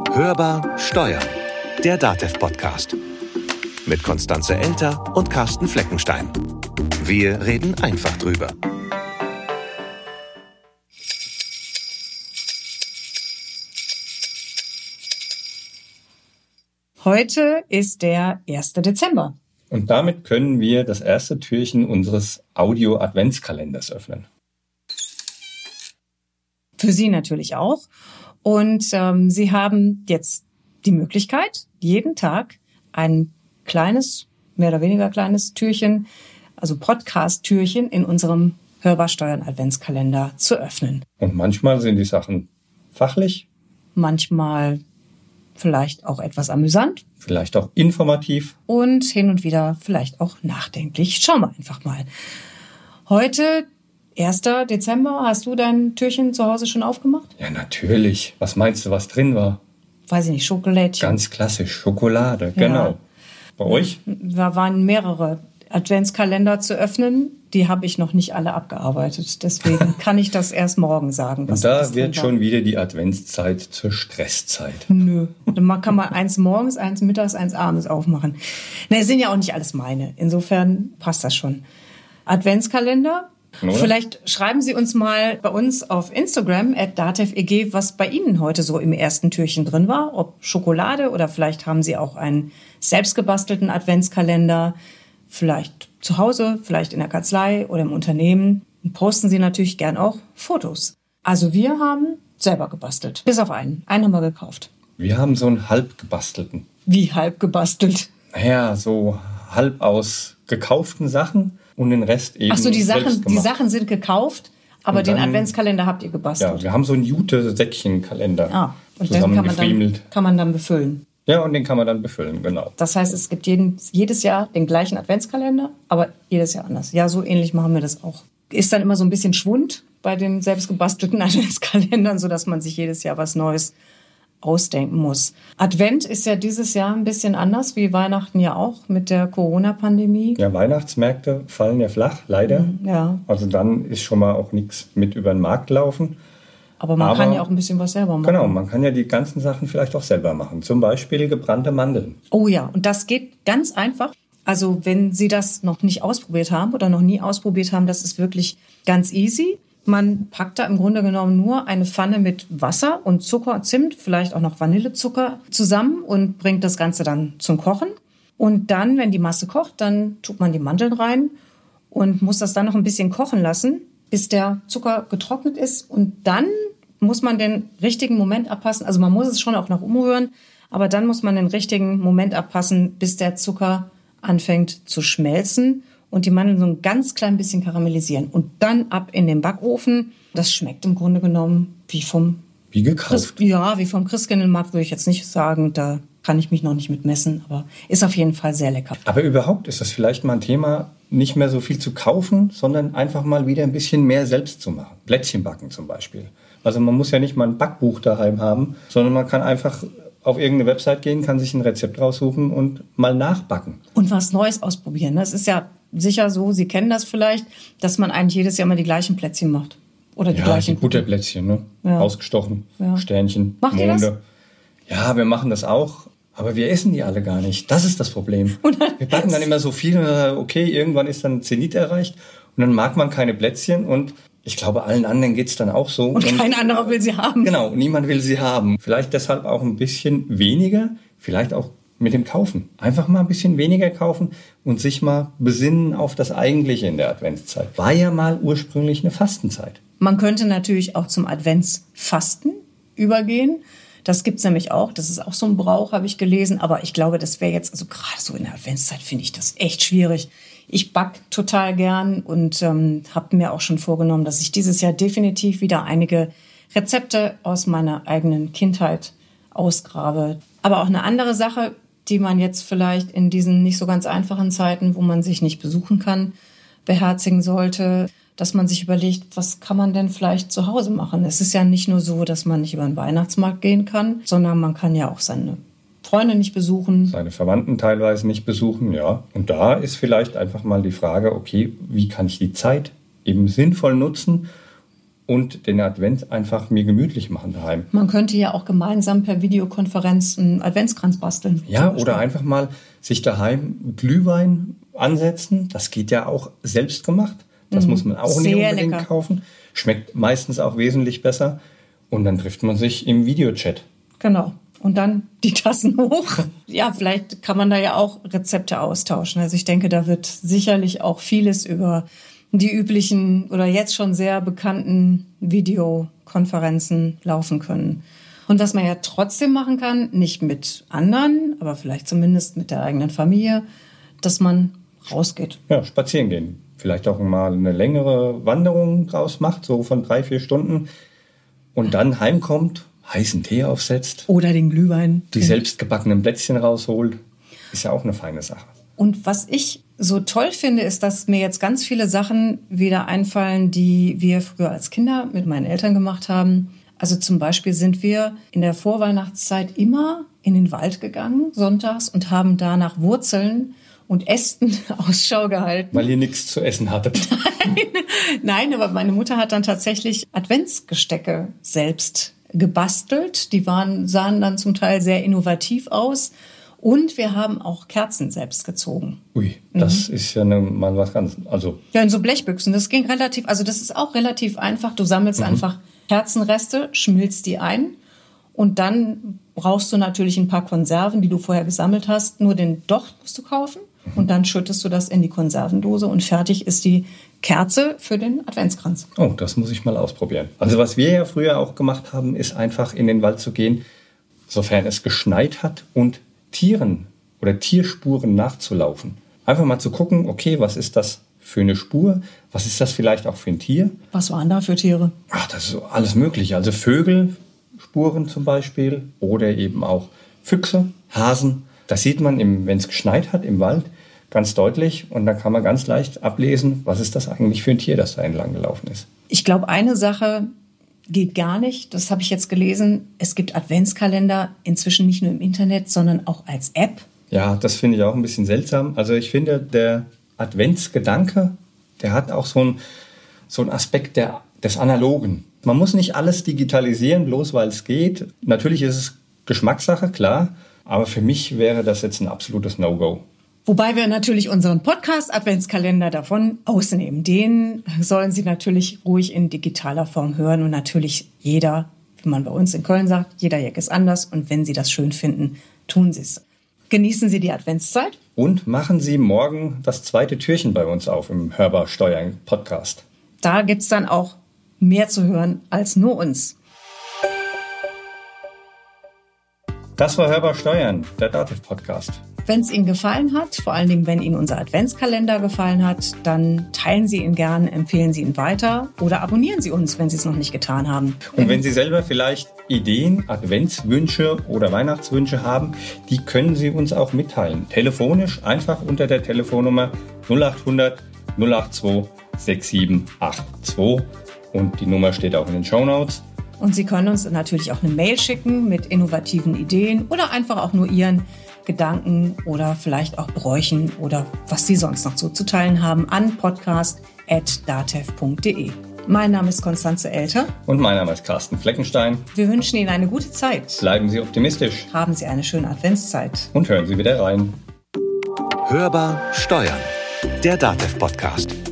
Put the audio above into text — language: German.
Hörbar Steuern, der DATEV-Podcast. Mit Constanze Elter und Carsten Fleckenstein. Wir reden einfach drüber. Heute ist der 1. Dezember. Und damit können wir das erste Türchen unseres Audio-Adventskalenders öffnen. Für Sie natürlich auch. Und Sie haben jetzt die Möglichkeit, jeden Tag ein kleines, mehr oder weniger kleines Türchen, also Podcast-Türchen in unserem Hörbar Steuern Adventskalender zu öffnen. Und manchmal sind die Sachen fachlich. Manchmal vielleicht auch etwas amüsant. Vielleicht auch informativ. Und hin und wieder vielleicht auch nachdenklich. Schauen wir einfach mal. Heute, 1. Dezember, hast du dein Türchen zu Hause schon aufgemacht? Ja, natürlich. Was meinst du, was drin war? Weiß ich nicht, Schokolädchen. Ganz klassisch, Schokolade, genau. Ja. Bei euch? Da waren mehrere Adventskalender zu öffnen. Die habe ich noch nicht alle abgearbeitet. Deswegen kann ich das erst morgen sagen. Und da wird schon wieder die Adventszeit zur Stresszeit. Nö, dann kann man eins morgens, eins mittags, eins abends aufmachen. Na, es sind ja auch nicht alles meine. Insofern passt das schon. Adventskalender. Oder? Vielleicht schreiben Sie uns mal bei uns auf Instagram @dateveg, was bei Ihnen heute so im ersten Türchen drin war. Ob Schokolade oder vielleicht haben Sie auch einen selbstgebastelten Adventskalender. Vielleicht zu Hause, vielleicht in der Kanzlei oder im Unternehmen. Und posten Sie natürlich gern auch Fotos. Also wir haben selber gebastelt. Bis auf einen. Einen haben wir gekauft. Wir haben so einen halb gebastelten. Wie halb gebastelt? Naja, so halb aus gekauften Sachen und den Rest eben. Ach so, die selbst gemacht. Sachen sind gekauft, aber Und dann, den Adventskalender habt ihr gebastelt. Ja, wir haben so einen Jute-Säckchen-Kalender und den kann man dann befüllen. Ja, und den kann man dann befüllen, genau. Das heißt, es gibt jedes Jahr den gleichen Adventskalender, aber jedes Jahr anders. Ja, so ähnlich machen wir das auch. Ist dann immer so ein bisschen Schwund bei den selbstgebastelten Adventskalendern, sodass man sich jedes Jahr was Neues ausdenken muss. Advent ist ja dieses Jahr ein bisschen anders, wie Weihnachten ja auch mit der Corona-Pandemie. Ja, Weihnachtsmärkte fallen ja flach, leider. Ja. Also dann ist schon mal auch nichts mit über den Markt laufen. Aber man kann ja auch ein bisschen was selber machen. Genau, man kann ja die ganzen Sachen vielleicht auch selber machen. Zum Beispiel gebrannte Mandeln. Oh ja, und das geht ganz einfach. Also wenn Sie das noch nicht ausprobiert haben oder noch nie ausprobiert haben, das ist wirklich ganz easy. Man packt da im Grunde genommen nur eine Pfanne mit Wasser und Zucker und Zimt, vielleicht auch noch Vanillezucker zusammen und bringt das Ganze dann zum Kochen. Und dann, wenn die Masse kocht, dann tut man die Mandeln rein und muss das dann noch ein bisschen kochen lassen, bis der Zucker getrocknet ist. Und dann muss man den richtigen Moment abpassen. Also man muss es schon auch noch umrühren, aber dann muss man den richtigen Moment abpassen, bis der Zucker anfängt zu schmelzen und die Mandeln so ein ganz klein bisschen karamellisieren. Und dann ab in den Backofen. Das schmeckt im Grunde genommen wie gekauft. Wie vom Christkindlmarkt würde ich jetzt nicht sagen. Da kann ich mich noch nicht mit messen, aber ist auf jeden Fall sehr lecker. Aber überhaupt ist das vielleicht mal ein Thema, nicht mehr so viel zu kaufen, sondern einfach mal wieder ein bisschen mehr selbst zu machen. Plätzchen backen zum Beispiel. Also man muss ja nicht mal ein Backbuch daheim haben, sondern man kann einfach auf irgendeine Website gehen, kann sich ein Rezept raussuchen und mal nachbacken. Und was Neues ausprobieren. Das ist ja sicher so, Sie kennen das vielleicht, dass man eigentlich jedes Jahr mal die gleichen Plätzchen macht. Oder die gleichen die Butterplätzchen, ne? Ja. Ausgestochen, Ja. Sternchen, Macht Monde. ihr das? Ja, wir machen das auch, aber wir essen die alle gar nicht. Das ist das Problem. Wir backen dann immer so viel, okay, irgendwann ist dann Zenit erreicht und dann mag man keine Plätzchen und ich glaube, allen anderen geht's dann auch so. Und kein anderer will sie haben. Genau, niemand will sie haben. Vielleicht deshalb auch ein bisschen weniger, vielleicht auch mit dem Kaufen. Einfach mal ein bisschen weniger kaufen und sich mal besinnen auf das Eigentliche in der Adventszeit. War ja mal ursprünglich eine Fastenzeit. Man könnte natürlich auch zum Adventsfasten übergehen. Das gibt's nämlich auch. Das ist auch so ein Brauch, habe ich gelesen. Aber ich glaube, das wäre jetzt, also gerade so in der Adventszeit finde ich das echt schwierig. Ich back total gern und habe mir auch schon vorgenommen, dass ich dieses Jahr definitiv wieder einige Rezepte aus meiner eigenen Kindheit ausgrabe. Aber auch eine andere Sache, die man jetzt vielleicht in diesen nicht so ganz einfachen Zeiten, wo man sich nicht besuchen kann, beherzigen sollte, dass man sich überlegt, was kann man denn vielleicht zu Hause machen? Es ist ja nicht nur so, dass man nicht über den Weihnachtsmarkt gehen kann, sondern man kann ja auch seine Freunde nicht besuchen. Seine Verwandten teilweise nicht besuchen, ja. Und da ist vielleicht einfach mal die Frage, okay, wie kann ich die Zeit eben sinnvoll nutzen und den Advent einfach mir gemütlich machen daheim. Man könnte ja auch gemeinsam per Videokonferenz einen Adventskranz basteln. Ja, oder einfach mal sich daheim Glühwein ansetzen. Das geht ja auch selbst gemacht. Das muss man auch nicht unbedingt kaufen. Schmeckt meistens auch wesentlich besser. Und dann trifft man sich im Videochat. Genau. Und dann die Tassen hoch. Ja, vielleicht kann man da ja auch Rezepte austauschen. Also ich denke, da wird sicherlich auch vieles über die üblichen oder jetzt schon sehr bekannten Videokonferenzen laufen können. Und was man ja trotzdem machen kann, nicht mit anderen, aber vielleicht zumindest mit der eigenen Familie, dass man rausgeht. Ja, spazieren gehen. Vielleicht auch mal eine längere Wanderung draus macht, so von 3-4 Stunden. Und dann heimkommt, heißen Tee aufsetzt. Oder den Glühwein. Die selbstgebackenen Plätzchen rausholt. Ist ja auch eine feine Sache. Und was ich so toll finde, ist, dass mir jetzt ganz viele Sachen wieder einfallen, die wir früher als Kinder mit meinen Eltern gemacht haben. Also zum Beispiel sind wir in der Vorweihnachtszeit immer in den Wald gegangen, sonntags, und haben da nach Wurzeln und Ästen Ausschau gehalten. Weil ihr nichts zu essen hattet. Nein, aber meine Mutter hat dann tatsächlich Adventsgestecke selbst gebastelt. Die sahen dann zum Teil sehr innovativ aus. Und wir haben auch Kerzen selbst gezogen. Ui, das ist ja mal was ganz... Ja, in so Blechbüchsen. Das ging das ist auch relativ einfach. Du sammelst einfach Kerzenreste, schmilzt die ein und dann brauchst du natürlich ein paar Konserven, die du vorher gesammelt hast. Nur den Docht musst du kaufen und dann schüttest du das in die Konservendose und fertig ist die Kerze für den Adventskranz. Oh, das muss ich mal ausprobieren. Also was wir ja früher auch gemacht haben, ist einfach in den Wald zu gehen, sofern es geschneit hat und Tieren oder Tierspuren nachzulaufen. Einfach mal zu gucken, okay, was ist das für eine Spur? Was ist das vielleicht auch für ein Tier? Was waren da für Tiere? Ach, das ist so alles Mögliche. Also Vögelspuren zum Beispiel oder eben auch Füchse, Hasen. Das sieht man, wenn es geschneit hat im Wald, ganz deutlich. Und da kann man ganz leicht ablesen, was ist das eigentlich für ein Tier, das da entlang gelaufen ist. Ich glaube, eine Sache geht gar nicht. Das habe ich jetzt gelesen. Es gibt Adventskalender inzwischen nicht nur im Internet, sondern auch als App. Ja, das finde ich auch ein bisschen seltsam. Also ich finde, der Adventsgedanke, der hat auch so einen Aspekt des Analogen. Man muss nicht alles digitalisieren, bloß weil es geht. Natürlich ist es Geschmackssache, klar. Aber für mich wäre das jetzt ein absolutes No-Go. Wobei wir natürlich unseren Podcast-Adventskalender davon ausnehmen. Den sollen Sie natürlich ruhig in digitaler Form hören. Und natürlich jeder, wie man bei uns in Köln sagt, jeder Jack ist anders. Und wenn Sie das schön finden, tun Sie es. Genießen Sie die Adventszeit. Und machen Sie morgen das 2. Türchen bei uns auf im Hörbar Steuern Podcast. Da gibt es dann auch mehr zu hören als nur uns. Das war Hörbar Steuern, der DATEV-Podcast. Wenn es Ihnen gefallen hat, vor allen Dingen, wenn Ihnen unser Adventskalender gefallen hat, dann teilen Sie ihn gern, empfehlen Sie ihn weiter oder abonnieren Sie uns, wenn Sie es noch nicht getan haben. Und wenn Sie selber vielleicht Ideen, Adventswünsche oder Weihnachtswünsche haben, die können Sie uns auch mitteilen. Telefonisch einfach unter der Telefonnummer 0800 082 6782 und die Nummer steht auch in den Shownotes. Und Sie können uns natürlich auch eine Mail schicken mit innovativen Ideen oder einfach auch nur Ihren Gedanken oder vielleicht auch Bräuchen oder was Sie sonst noch so zu teilen haben an podcast@datev.de. Mein Name ist Constanze Elter. Und mein Name ist Carsten Fleckenstein. Wir wünschen Ihnen eine gute Zeit. Bleiben Sie optimistisch. Haben Sie eine schöne Adventszeit. Und hören Sie wieder rein. Hörbar Steuern, der DATEV-Podcast.